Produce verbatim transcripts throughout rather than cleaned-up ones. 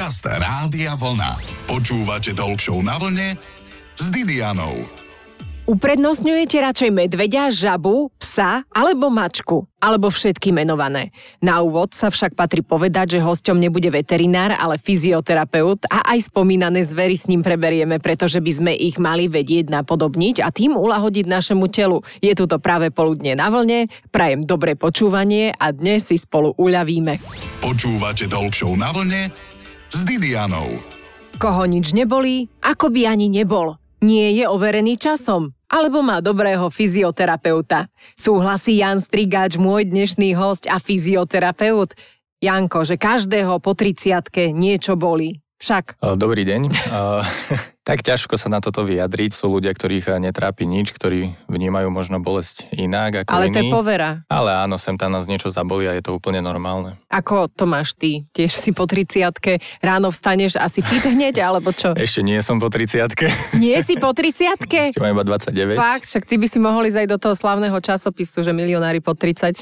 Podcast Rádia Vlna. Počúvate Talk Show na vlne s Didianou. Uprednostňujete radšej medveďa, žabu, psa alebo mačku? Alebo všetky menované? Na úvod sa však patrí povedať, že hosťom nebude veterinár, ale fyzioterapeut a aj spomínané zvery s ním preberieme, pretože by sme ich mali vedieť napodobniť a tým ulahodiť našemu telu. Je tu to práve poludne na vlne, prajem dobré počúvanie a dnes si spolu uľavíme. Počúvate Talk Show na vlne s Didianou. Koho nič nebolí, ako by ani nebol. Nie je overený časom, alebo má dobrého fyzioterapeuta. Súhlasí Jan Strigáč, môj dnešný hosť a fyzioterapeut? Janko, že každého po tridsiatke niečo bolí. Však. Dobrý deň. Tak ťažko sa na toto vyjadriť. Sú ľudia, ktorých netrápi nič, ktorí vnímajú možno bolesť inak ako Ale iní. to je povera. Ale áno, sem tam nás niečo zabolí a je to úplne normálne. Ako to máš ty? Tiež si po tridsiatke, ráno vstaneš asi fit hneď, alebo čo? Ešte nie som po tridsiatke. Nie si po tridsiatke? Ešte mám iba dvadsaťdeväť. Fakt, však ty by si mohol ísť aj do toho slávneho časopisu, že milionári po tridsať.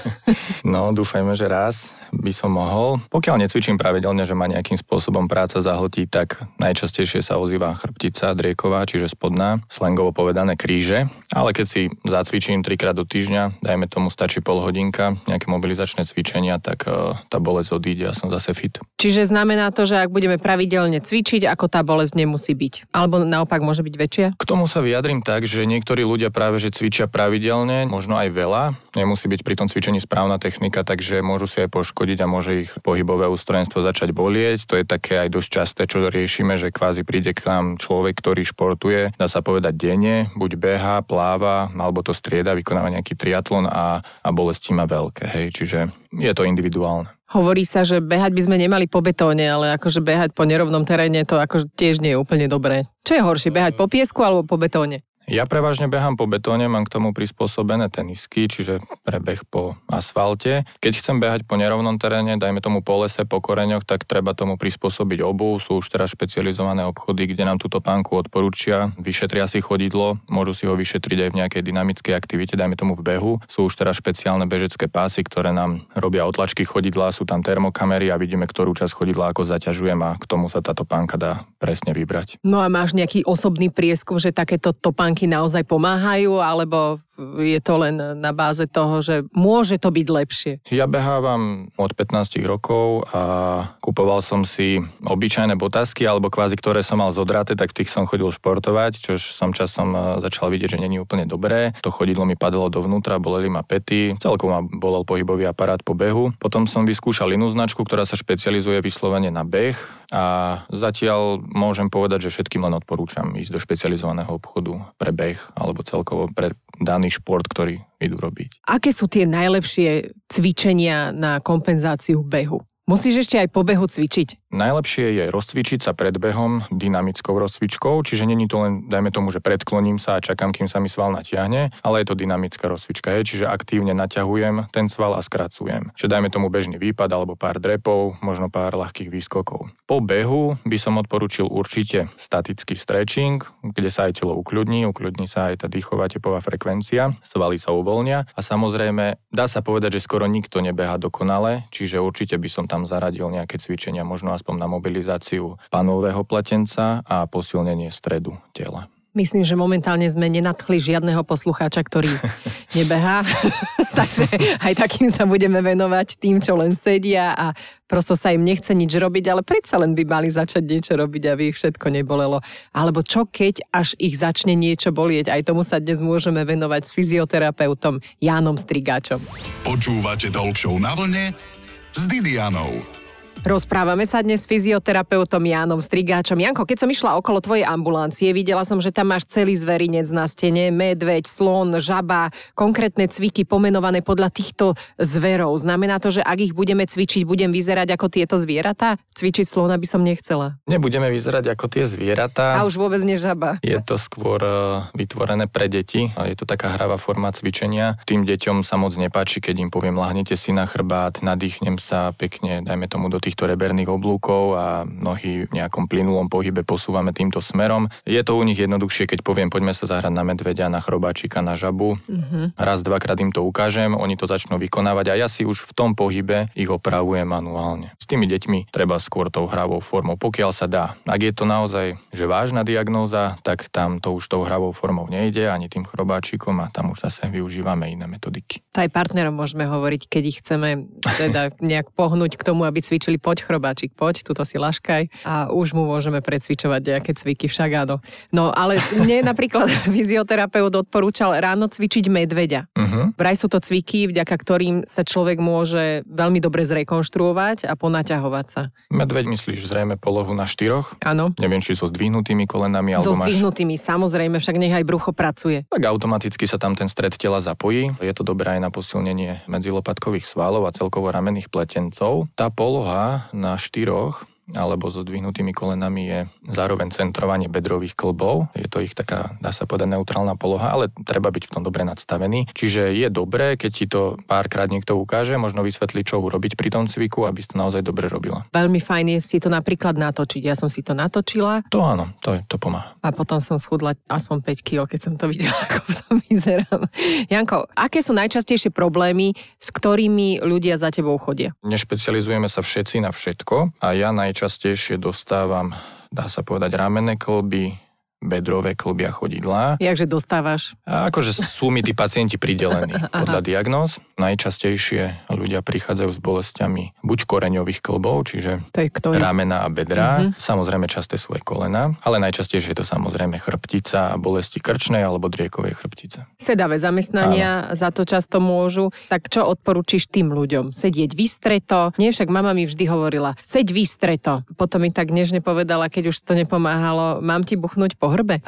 No, dúfajme, že raz by som mohol. Pokiaľ necvičím pravidelne, že ma nejakým spôsobom práca zahltí, tak najčastejšie sa ozýva chrbtica drieková, čiže spodná, slangovo povedané kríže. Ale keď si zacvičím trikrát do týždňa, dajme tomu stačí pol hodinka, nejaké mobilizačné cvičenia, tak uh, tá bolesť odíde a som zase fit. Čiže znamená to, že ak budeme pravidelne cvičiť, ako tá bolesť nemusí byť? Alebo naopak môže byť väčšia? K tomu sa vyjadrím tak, že niektorí ľudia práve že cvičia pravidelne, možno aj veľa, nemusí byť pri tom cvičení správna technika, takže môžu si aj poškodiť a môže ich pohybové ústrojenstvo začať bolieť. To je také aj dosť časté, čo riešime, že kvázi príde k nám človek, ktorý športuje, dá sa povedať denne, buď beha, pláva, alebo to strieda, vykonáva nejaký triatlon a, a bolesti má veľké, hej, čiže je to individuálne. Hovorí sa, že behať by sme nemali po betóne, ale akože behať po nerovnom teréne to akože tiež nie je úplne dobré. Čo je horšie, behať po piesku alebo po betóne? Ja prevažne behám po betóne, mám k tomu prispôsobené tenisky, čiže prebeh po asfalte. Keď chcem behať po nerovnom teréne, dajme tomu po lese, po koreňoch, tak treba tomu prispôsobiť obuv. Sú už teraz špecializované obchody, kde nám túto topánku odporúčia. Vyšetria si chodidlo, môžu si ho vyšetriť aj v nejakej dynamickej aktivite, dajme tomu v behu. Sú už teraz špeciálne bežecké pásy, ktoré nám robia otlačky chodidla, sú tam termokamery a vidíme, ktorú časť chodidla ako zaťažujem a k tomu sa tá topánka dá presne vybrať. No a máš nejaký osobný prieskum, že takéto topánky naozaj pomáhajú, alebo je to len na báze toho, že môže to byť lepšie? Ja behávam od pätnásť rokov a kupoval som si obyčajné botázky, alebo kvázi, ktoré som mal zodraté, tak v tých som chodil športovať, čož som časom začal vidieť, že není úplne dobré. To chodidlo mi padalo dovnútra, boleli ma päty, celkom ma bolel pohybový aparát po behu. Potom som vyskúšal inú značku, ktorá sa špecializuje vyslovene na beh a zatiaľ môžem povedať, že všetkým len odporúčam ísť do špecializovaného obchodu pre beh alebo celkovo pre daný šport, ktorý idú robiť. Aké sú tie najlepšie cvičenia na kompenzáciu behu? Musíš ešte aj po behu cvičiť? Najlepšie je rozcvičiť sa pred behom dynamickou rozcvičkou, čiže není to len, dajme tomu, že predkloním sa a čakám, kým sa mi sval natiahne, ale je to dynamická rozcvička, je, čiže aktívne naťahujem ten sval a skracujem. Čiže dajme tomu bežný výpad alebo pár drepov, možno pár ľahkých výskokov. Po behu by som odporúčil určite statický stretching, kde sa aj telo ukľudní, ukľudní sa aj tá dýchová tepová frekvencia, svaly sa uvoľnia a samozrejme dá sa povedať, že skoro nikto nebehá dokonale, čiže určite by som tam zaradil nejaké cvičenia, možno aspoň na mobilizáciu panového pletenca a posilnenie stredu tela. Myslím, že momentálne sme nenadchli žiadneho poslucháča, ktorý nebehá, takže aj takým sa budeme venovať tým, čo len sedia a prosto sa im nechce nič robiť, ale predsa len by mali začať niečo robiť, aby ich všetko nebolelo. Alebo čo keď až ich začne niečo bolieť? Aj tomu sa dnes môžeme venovať s fyzioterapeutom Jánom Strigáčom. Počúvate Talk Show na vlne s Didianou. Rozprávame sa dnes s fyzioterapeutom Jánom Strigáčom. Janko, keď som išla okolo tvojej ambulancie, videla som, že tam máš celý zverinec na stene, medveď, slon, žaba, konkrétne cviky pomenované podľa týchto zverov. Znamená to, že ak ich budeme cvičiť, budem vyzerať ako tieto zvieratá? Cvičiť slona by som nechcela. Nebudeme vyzerať ako tie zvieratá. A už vôbec nie žaba. Je to skôr vytvorené pre deti a je to taká hravá forma cvičenia. Tým deťom sa moc nepáči, keď im poviem, lahnite si na chrbát, nadýchnem sa pekne, dajme tomu do tých týchto reberných oblúkov a nohy v nejakom plynulom pohybe posúvame týmto smerom. Je to u nich jednoduchšie, keď poviem, poďme sa zahrať na medveďa, na chrobáčika, na žabu. Mm-hmm. Raz, dvakrát im to ukážem, oni to začnú vykonávať a ja si už v tom pohybe ich opravujem manuálne. S tými deťmi treba skôr tou hravou formou, pokiaľ sa dá. Ak je to naozaj že vážna diagnóza, tak tam to už tou hravou formou nejde, ani tým chrobáčikom a tam už zase využívame iné metodiky. Aj partnerom môžeme hovoriť, keď ich chceme teda nejak pohnúť k tomu, aby cvičili poď chrobáčik, poď, tuto si laškaj a už mu môžeme precvičovať nejaké cviky, však áno. No ale mne napríklad fyzioterapeut odporúčal ráno cvičiť medveďa. Uh-huh. Vraj sú to cviky, vďaka ktorým sa človek môže veľmi dobre zrekonštruovať a ponaťahovať sa. Medveď myslíš zrejme polohu na štyroch? Áno. Neviem, či so zdvihnutými kolenami, alebo so máš... So zdvihnutými, samozrejme, však nech aj brucho pracuje. Tak automaticky sa tam ten stred tela zapojí. Je to dobré aj na posilnenie medzilopatkových svalov a celkovo ramenných pletencov. Tá poloha na štyroch alebo so zdvihnutými kolenami je zároveň centrovanie bedrových klbov. Je to ich taká, dá sa povedať, neutrálna poloha, ale treba byť v tom dobre nadstavený. Čiže je dobré, keď ti to párkrát niekto ukáže, možno vysvetlí, čo urobiť pri tom cviku, aby si to naozaj dobre robila. Veľmi fajn je si to napríklad natočiť. Ja som si to natočila. To áno, to, to pomáha. A potom som schudla aspoň päť kilogramov, keď som to videla, ako v tom vyzerám. Janko, aké sú najčastejšie problémy, s ktorými ľudia za tebou chodia? Nešpecializujeme sa všetci na všetko a ja naj Častejšie dostávam, dá sa povedať, ramenné kĺby, bedrové kĺby a chodidlá. Jakže dostávaš? A akože sú mi tí pacienti pridelení podľa diagnóz. Najčastejšie ľudia prichádzajú s bolestiami buď koreňových kĺbov, čiže ramena a bedrá. Mm-hmm. Samozrejme časté sú aj kolena, ale najčastejšie je to samozrejme chrbtica a bolesti krčnej alebo driekovej chrbtice. Sedavé zamestnania Áno. za to často môžu. Tak čo odporúčiš tým ľuďom? Sedieť vystreto? Nie, však mama mi vždy hovorila, seď vystreto. Potom mi tak nežne povedala, keď už to nepomáhalo, mám ti buchnúť po hrbe?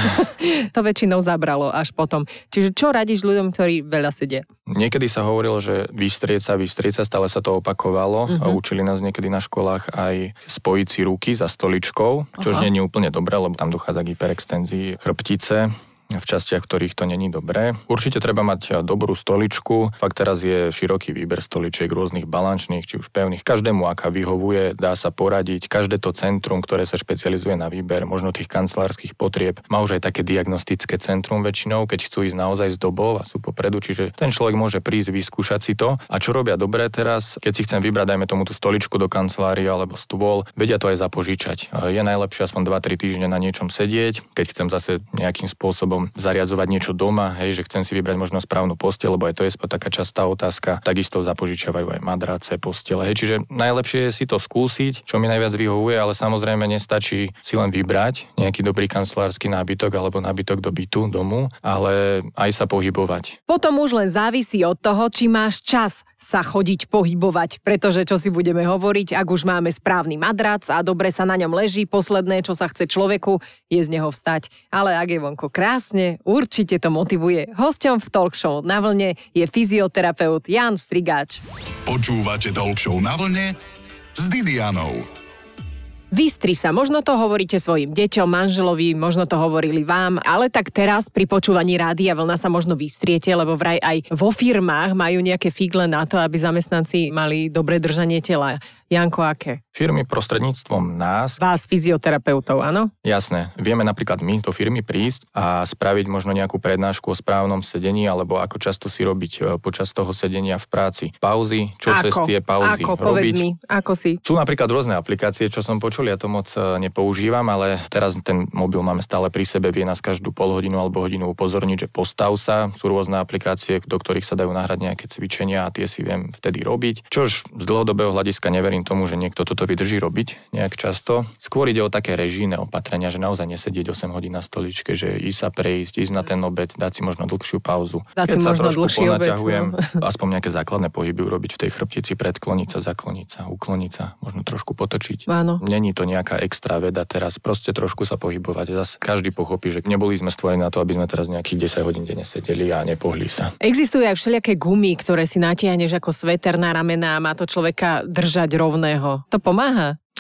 To väčšinou zabralo až potom. Čiže čo radíš ľuďom, ktorí veľa sedia? Niekedy sa hovorilo, že vystrieť sa, vystrieť sa, stále sa to opakovalo uh-huh. a učili nás niekedy na školách aj spojiť si ruky za stoličkou, čo už nie je úplne dobré, lebo tam dochádza k hyperextenzii chrbtice v častiach, ktorých to není dobré. Určite treba mať dobrú stoličku. Fakt teraz je široký výber stoličiek rôznych balančných, či už pevných. Každému, aká vyhovuje, dá sa poradiť. Každé to centrum, ktoré sa špecializuje na výber možno tých kancelárskych potrieb, má už aj také diagnostické centrum väčšinou, keď chcú ísť naozaj z dobov a sú popredu, čiže ten človek môže prísť, vyskúšať si to. A čo robia dobre teraz, keď si chcem vybrať, dajme tomu tú stoličku do kancelárie alebo stôl, vedia to aj zapožičať. Je najlepšie aspoň dva tri týždne na niečom sedieť, keď chcem zase nejakým spôsobom zariadzovať niečo doma, hej, že chcem si vybrať možno správnu posteľ, lebo aj to je taká častá otázka. Takisto zapožičiavajú aj madrace, postele, hej, čiže najlepšie je si to skúsiť, čo mi najviac vyhovuje, ale samozrejme nestačí si len vybrať nejaký dobrý kancelársky nábytok alebo nábytok do bytu, domu, ale aj sa pohybovať. Potom už len závisí od toho, či máš čas sa chodiť pohybovať, pretože čo si budeme hovoriť, ak už máme správny madrac a dobre sa na ňom leží, posledné, čo sa chce človeku, je z neho vstať. Ale ak je vonko krásne, určite to motivuje. Hosťom v Talk Show na vlne je fyzioterapeut Ján Strigáč. Počúvate Talk Show na vlne s Didianou. Vystri sa, možno to hovoríte svojim deťom, manželovi, možno to hovorili vám, ale tak teraz pri počúvaní Rádia Vlna sa možno vystriete, lebo vraj aj vo firmách majú nejaké figle na to, aby zamestnanci mali dobré držanie tela. Janko, aké? Firmy prostredníctvom nás. Vás, fyzioterapeutov, áno? Jasné. Vieme napríklad my do firmy prísť a spraviť možno nejakú prednášku o správnom sedení, alebo ako často si robiť počas toho sedenia v práci. Pauzy, čo ako? cez tie pauzy ako? robiť. Povedz mi, ako si? Sú napríklad rôzne aplikácie, čo som počul, ja to moc nepoužívam, ale teraz ten mobil máme stále pri sebe, vie nás každú pol hodinu alebo hodinu upozorniť, že postav sa. Sú rôzne aplikácie, do ktorých sa dajú nahrať nejaké cvičenia a tie si viem vtedy robiť. Čož z dlhodobého hľadiska neverím tomu, že niekto toto vydrží robiť nejak často. Skôr ide o také režijné opatrenia, že naozaj nesedieť osem hodín na stoličke, že ísť sa prejsť, ísť na ten obed, dať si možno dlhšiu pauzu. Dať Keď si sa možno trošku dlhší ponaťahujem, obed, no. aspoň nejaké základné pohyby urobiť v tej chrbtici, predkloniť sa, zakloniť sa, ukloniť sa, možno trošku potočiť. Áno. Není to nejaká extra veda teraz, proste trošku sa pohybovať. Zas každý pochopí, že neboli sme stvorení na to, aby sme teraz nejakých desať hodín denne sedeli a nepohli sa. Existujú aj všelijaké gumy, ktoré si natiahneš ako sveter na ramená a má to človeka držať rovného. To pomáha?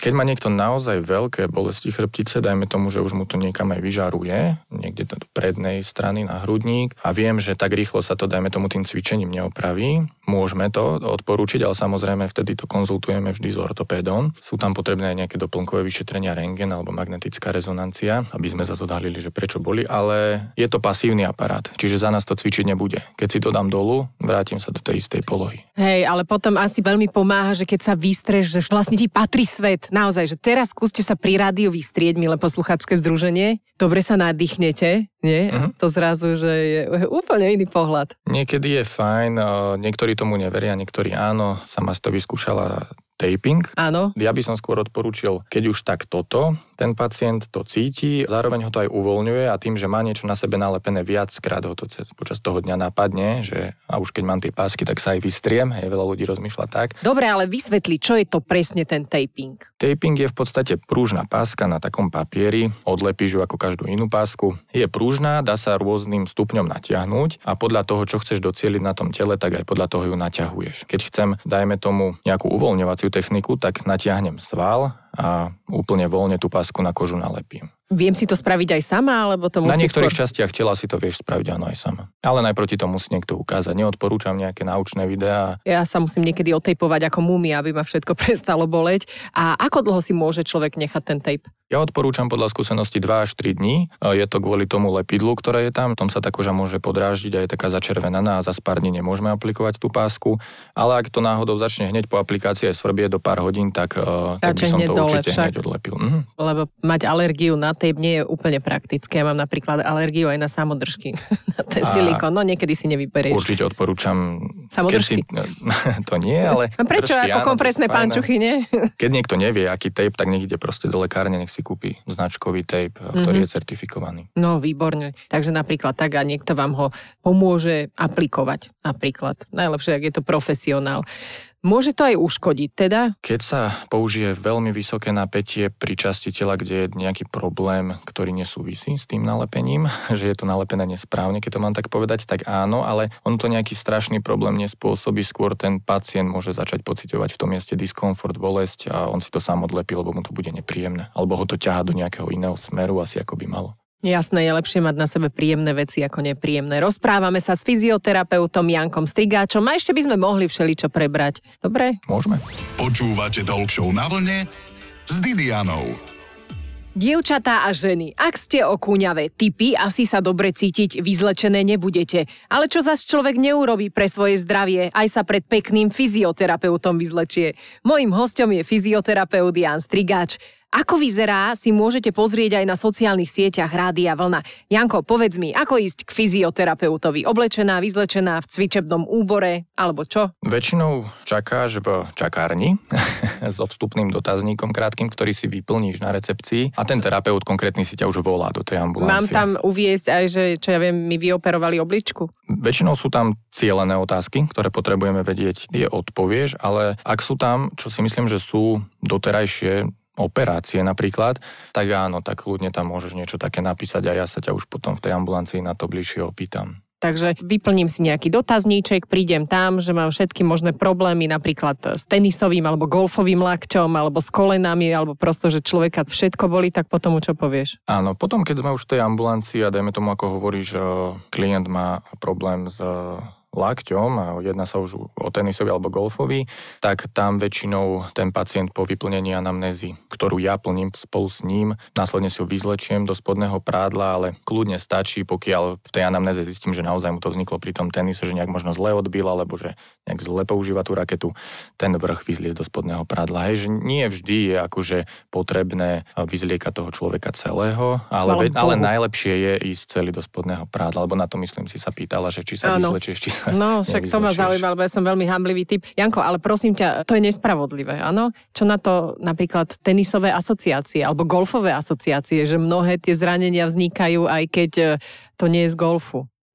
Keď má niekto naozaj veľké bolesti chrbtice, dajme tomu, že už mu to niekam aj vyžaruje, niekde do prednej strany na hrudník a viem, že tak rýchlo sa to, dajme tomu, tým cvičením neopraví, môžeme to odporúčiť, ale samozrejme vtedy to konzultujeme vždy s ortopédom. Sú tam potrebné aj nejaké doplnkové vyšetrenia, rentgen alebo magnetická rezonancia, aby sme zase odhalili, že prečo boli, ale je to pasívny aparát, čiže za nás to cvičiť nebude. Keď si to dám dolu, vrátim sa do tej istej polohy. Hej, ale potom asi veľmi pomáha, že keď sa vystreš, že vlastne ti patrí svet. Naozaj, že teraz skúste sa pri rádiu vystrieť, milé poslucháčske združenie. Dobre sa nadýchnete, nie? Uh-huh. To zrazu, že je úplne iný pohľad. Niekedy je fajn, niektorí tomu neveria, niektorí áno. Sama si to vyskúšala taping. Áno. Ja by som skôr odporúčil, keď už tak toto, ten pacient to cíti, zároveň ho to aj uvoľňuje a tým, že má niečo na sebe nalepené viackrát, ho to počas toho dňa napadne, že a už keď mám tie pásky, tak sa aj vystriem, hej, veľa ľudí rozmýšľa tak. Dobre, ale vysvetli, čo je to presne ten taping? Taping je v podstate prúžna páska na takom papieri, odlepíš ju ako každú inú pásku. Je prúžna, dá sa rôznym stupňom natiahnuť a podľa toho, čo chceš docieliť na tom tele, tak aj podľa toho ju naťahuješ. Keď chcem, dajme tomu nejakú uvoľňovaciu techniku, tak natiahnem sval a úplne voľne tú pásku na kožu nalepím. Viem si to spraviť aj sama, alebo to musí Na niektorých skôr... častiach tela si to vieš spraviť áno aj sama. Ale najprv ti to musí niekto ukázať. Neodporúčam nejaké naučné videá. Ja sa musím niekedy otejpovať ako mumia, aby ma všetko prestalo boleť. A ako dlho si môže človek nechať ten tape? Ja odporúčam podľa skúsenosti dva až tri dní. Je to kvôli tomu lepidlu, ktoré je tam. Tom sa tá koža môže podráždiť a je taká začervenaná a za pár dní nemôžeme aplikovať tú pásku. Ale ak to náhodou začne hneď po aplikácii aj svrbieť do pár hodín, tak, tak by som to dole, určite však. hneď odlepil. Mhm. Lebo mať alergiu na tape nie je úplne praktické. Ja mám napríklad alergiu aj na samodržky. Na ten silikón. No niekedy si nevyberieš. Určite odporúčam. Samodržky? Si... To nie, ale... A prečo? Držky, ako áno, kompresné pančuchy, nie? Keď niekto nevie, aký tape, tak nech ide proste do lekárne, nech si kúpi značkový tape, ktorý mm-hmm. je certifikovaný. No, výborne. Takže napríklad tak a niekto vám ho pomôže aplikovať. Napríklad. Najlepšie, ak je to profesionál. Môže to aj uškodiť teda? Keď sa použije veľmi vysoké napätie pri časti tela, kde je nejaký problém, ktorý nesúvisí s tým nalepením, že je to nalepené nesprávne, keď to mám tak povedať, tak áno, ale on to nejaký strašný problém nespôsobí, skôr ten pacient môže začať pociťovať v tom mieste diskomfort, bolesť a on si to sám odlepí, lebo mu to bude nepríjemné. Alebo ho to ťahá do nejakého iného smeru, asi ako by malo. Jasné, je lepšie mať na sebe príjemné veci ako nepríjemné. Rozprávame sa s fyzioterapeutom Jankom Strigáčom a ešte by sme mohli všeličo prebrať. Dobre? Môžeme. Počúvate Talk Show na vlne s Didianou. Dievčatá a ženy, ak ste okúňavé typy, asi sa dobre cítiť vyzlečené nebudete. Ale čo zas človek neurobí pre svoje zdravie, aj sa pred pekným fyzioterapeutom vyzlečie. Mojím hosťom je fyzioterapeut Jan Strigáč. Ako vyzerá, si môžete pozrieť aj na sociálnych sieťach Rádia Vlna. Janko, povedz mi, ako ísť k fyzioterapeutovi? Oblečená, vyzlečená, v cvičebnom úbore, alebo čo? Väčšinou čakáš v čakárni so vstupným dotazníkom krátkym, ktorý si vyplníš na recepcii a ten terapeut konkrétny si ťa už volá do tej ambulancie. Mám tam uviesť aj, že čo ja viem, mi vyoperovali obličku? Väčšinou sú tam cielené otázky, ktoré potrebujeme vedieť, je odpovieš, ale ak sú tam, čo si myslím, že sú doterajšie operácie napríklad, tak áno, tak ľudne tam môžeš niečo také napísať a ja sa ťa už potom v tej ambulancii na to bližšie opýtam. Takže vyplním si nejaký dotazníček, prídem tam, že mám všetky možné problémy, napríklad s tenisovým alebo golfovým lakťom, alebo s kolenami, alebo prosto, že človeka všetko boli, tak potom čo povieš? Áno, potom keď sme už v tej ambulancii a dajme tomu, ako hovoríš, klient má problém s lakťom a jedná sa už o tenisový alebo golfový, tak tam väčšinou ten pacient po vyplnení anamnézy, ktorú ja plním spolu s ním, následne si ho vyzlečiem do spodného prádla, ale kľudne stačí, pokiaľ v tej anamnéze zistím, že naozaj mu to vzniklo pri tom tenise, že nejak možno zle odbil, alebo že nejak zle používa tú raketu, ten vrch vyzliecť do spodného prádla. Hej, že nie vždy je akože potrebné vyzliekať toho človeka celého, ale, ve, ale najlepšie je ísť celý do spodného prádla, lebo na to myslím si sa pýtala, že či sa vyzlečieš, či sa No, však to ma zaujíma, lebo ja som veľmi hamblivý typ. Janko, ale prosím ťa, to je nespravodlivé, áno? Čo na to napríklad tenisové asociácie alebo golfové asociácie, že mnohé tie zranenia vznikajú, aj keď to nie je z golfu.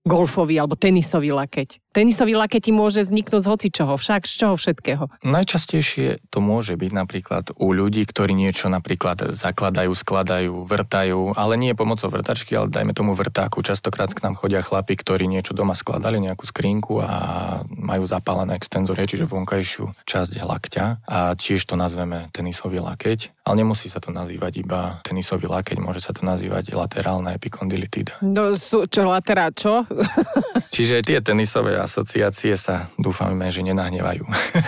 golfový alebo tenisový lakeť? Tenisový lakeť môže vzniknúť z hocičoho, však z čoho všetkého. Najčastejšie to môže byť napríklad u ľudí, ktorí niečo napríklad zakladajú, skladajú, vrtajú, ale nie pomocou vrtačky, ale dajme tomu vrtáku. Častokrát k nám chodia chlapi, ktorí niečo doma skladali, nejakú skrinku a majú zapálené extenzory, čiže vonkajšiu časť lakťa a tiež to nazveme tenisový lakeť. Ale nemusí sa to nazývať iba tenisový lakeť, môže sa to nazývať laterálna epikondylitída. No, sú, čo laterá, čo? Čiže tie tenisové asociácie sa dúfame, že nenahnevajú.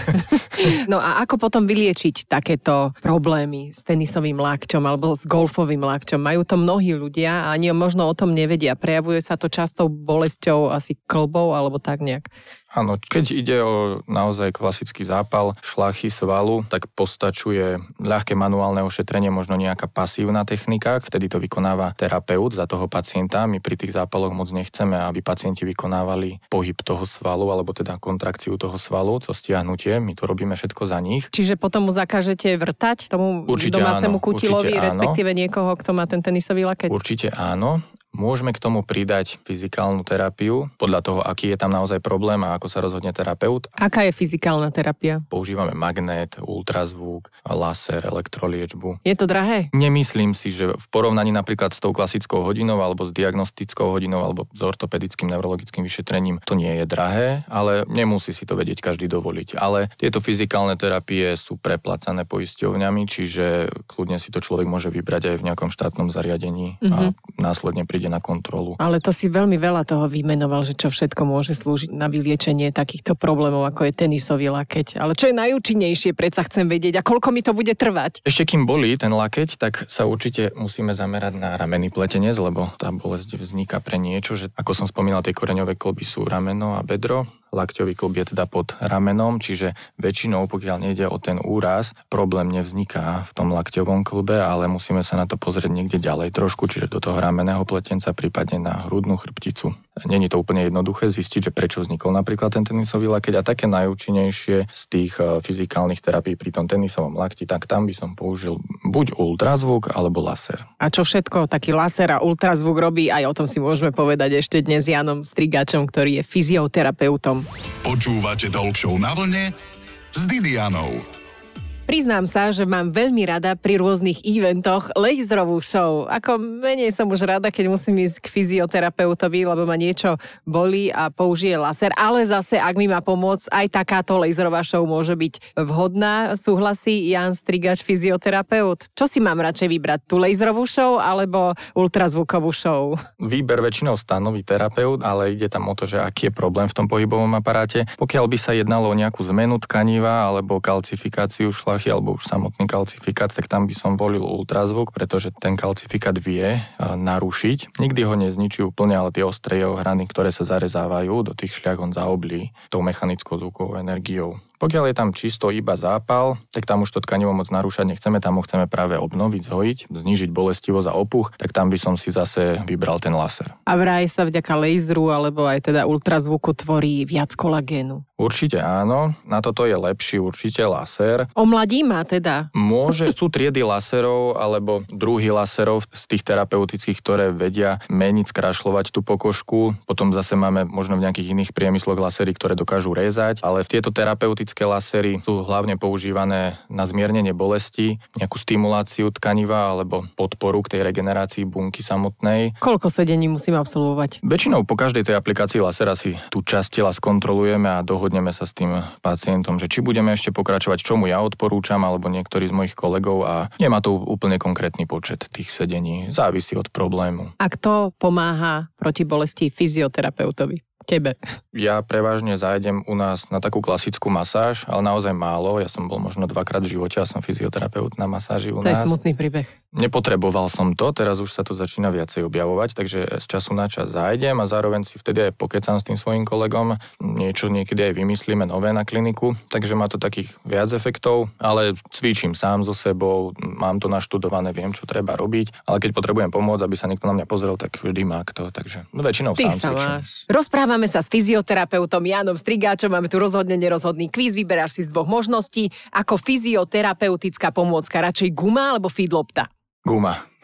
No a ako potom vyliečiť takéto problémy s tenisovým lakťom alebo s golfovým lakťom? Majú to mnohí ľudia a ani možno o tom nevedia. Prejavuje sa to častou bolesťou asi klbov alebo tak nejak. Áno, keď ide o naozaj klasický zápal šlachy svalu, tak postačuje ľahké manuálne ošetrenie, možno nejaká pasívna technika, vtedy to vykonáva terapeut za toho pacienta. My pri tých zápaloch moc nechceme, aby pacienti vykonávali pohyb toho svalu, alebo teda kontrakciu toho svalu, to stiahnutie, my to robíme všetko za nich. Čiže potom mu zakážete vrtať tomu určite domácemu áno, kutilovi, určite respektíve áno. niekoho, kto má ten tenisový lakeť? Určite áno. Môžeme k tomu pridať fyzikálnu terapiu, podľa toho, aký je tam naozaj problém a ako sa rozhodne terapeut. Aká je fyzikálna terapia? Používame magnet, ultrazvuk, laser, elektroliečbu. Je to drahé? Nemyslím si, že v porovnaní napríklad s tou klasickou hodinou alebo s diagnostickou hodinou alebo s ortopedickým neurologickým vyšetrením to nie je drahé, ale nemusí si to vedieť každý dovoliť. Ale tieto fyzikálne terapie sú preplacané poisťovňami, čiže kľudne si to človek môže vybrať aj v nejakom štátnom zariadení mm-hmm. a následne príde na kontrolu. Ale to si veľmi veľa toho vymenoval, že čo všetko môže slúžiť na vyliečenie takýchto problémov, ako je tenisový lakeť. Ale čo je najúčinnejšie, predsa chcem vedieť, a koľko mi to bude trvať? Ešte kým bolí ten lakeť, tak sa určite musíme zamerať na ramenný pletenec, lebo tá bolesť vzniká pre niečo, že ako som spomínal, tie koreňové kĺby sú rameno a bedro. Lakťový klb je teda pod ramenom, čiže väčšinou, pokiaľ nejde o ten úraz, problém nevzniká v tom lakťovom klbe, ale musíme sa na to pozrieť niekde ďalej trošku, čiže do toho ramenného pletenca, prípadne na hrudnú chrbticu. Není to úplne jednoduché zistiť, že prečo vznikol napríklad ten tenisový lakeť a také najúčinnejšie z tých fyzikálnych terapií pri tom tenisovom lakti, tak tam by som použil buď ultrazvuk alebo laser. A čo všetko taký laser a ultrazvuk robí, aj o tom si môžeme povedať ešte dnes s Jánom Strigačom, ktorý je fyzioterapeutom. Počúvate Talk Show na vlne s Didianou. Priznám sa, že mám veľmi rada pri rôznych eventoch laserovú show. Ako menej som už rada, keď musím ísť k fyzioterapeutovi, lebo ma niečo bolí a použije laser. Ale zase, ak mi má pomôcť, aj takáto laserová show môže byť vhodná. Súhlasí Ján Strigač, fyzioterapeut? Čo si mám radšej vybrať? Tú laserovú show alebo ultrazvukovú show? Výber väčšinou stanoví terapeut, ale ide tam o to, že aký je problém v tom pohybovom aparáte. Pokiaľ by sa jednalo o nejakú zmenu tkaniva alebo kalcifikáciu šlachy alebo už samotný kalcifikát, tak tam by som volil ultrazvuk, pretože ten kalcifikát vie narušiť. Nikdy ho nezničí úplne, ale tie ostré jeho hrany, ktoré sa zarezávajú do tých šľach, on zaoblí tou mechanickou zvukovou energiou. Pokiaľ je tam čisto iba zápal, tak tam už to tkanivo moc narúšať nechceme, tam ho chceme práve obnoviť, zhojiť, znížiť bolestivosť a opuch, tak tam by som si zase vybral ten laser. A vraj sa vďaka laseru alebo aj teda ultrazvuku tvorí viac kolagénu. Určite áno, na toto je lepší určite laser. Omladí ma teda? Môže, sú triedy laserov alebo druhy laserov z tých terapeutických, ktoré vedia meniť, skrašľovať tú pokožku. Potom zase máme možno v nejakých iných priemysloch lasery, ktoré dokážu rezať, ale v tieto terapeutické lasery sú hlavne používané na zmiernenie bolesti, nejakú stimuláciu tkaniva alebo podporu k tej regenerácii bunky samotnej. Koľko sedení musím absolvovať? Väčšinou po každej tej aplikácii lasera si tú časť tela skontrolujeme a dohodneme sa s tým pacientom, že či budeme ešte pokračovať, čomu ja odporúčam, alebo niektorí z mojich kolegov, a nemá to úplne konkrétny počet tých sedení. Závisí od problému. A kto pomáha proti bolesti fyzioterapeutovi? Tebe. Ja prevažne zájdem u nás na takú klasickú masáž, ale naozaj málo. Ja som bol možno dvakrát v živote a som fyzioterapeut na masáži u to nás. To je smutný príbeh. Nepotreboval som to, teraz už sa to začína viacej objavovať, takže z času na čas zájdem a zároveň si vtedy aj pokecam s tým svojím kolegom. Niečo niekedy aj vymyslíme nové na kliniku, takže má to takých viac efektov, ale cvičím sám so sebou, mám to naštudované, viem, čo treba robiť, ale keď potrebujem pomôcť, aby sa niekto na mňa pozrel, tak vždy má kto, takže väčšinou Ty sám cvičím. Rozprávame sa s fyzioterapeutom Jánom Strigáčom, máme tu rozhodne nerozhodný kvíz, vyberáš si z dvoch možností. Ako fyzioterapeutická pomôcka, radšej guma alebo feedlopta? Guma.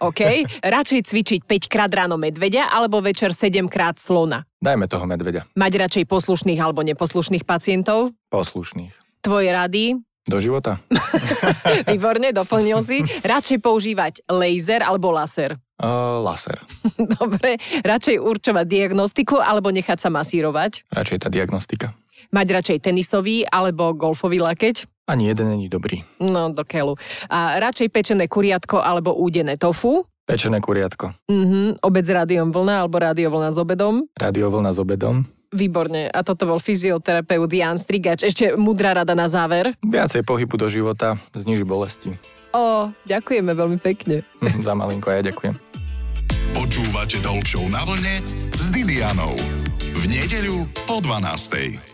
OK. Radšej cvičiť päť krát ráno medveďa alebo večer sedem krát slona? Dajme toho medveďa. Mať radšej poslušných alebo neposlušných pacientov? Poslušných. Tvoje rady? Do života? Výborne, doplnil si. Radšej používať laser alebo laser? Uh, laser. Dobre. Radšej určovať diagnostiku alebo nechať sa masírovať? Radšej tá diagnostika. Mať radšej tenisový alebo golfový lakeť? Ani jeden není dobrý. No, do keľu. A radšej pečené kuriatko alebo údené tofu? Pečené kuriatko. Mhm. Obed s rádiom vlna alebo rádio vlna s obedom? Rádio vlna s obedom. Výborne. A toto bol fyzioterapeut Ján Strigač. Ešte múdra rada na záver. Viacej pohybu do života, zniží bolesti. Ó, ďakujeme veľmi pekne. Za malinko aj ďakujem. Počúvate Talk Show na vlne s Didianou. V nedeľu po dvanástej.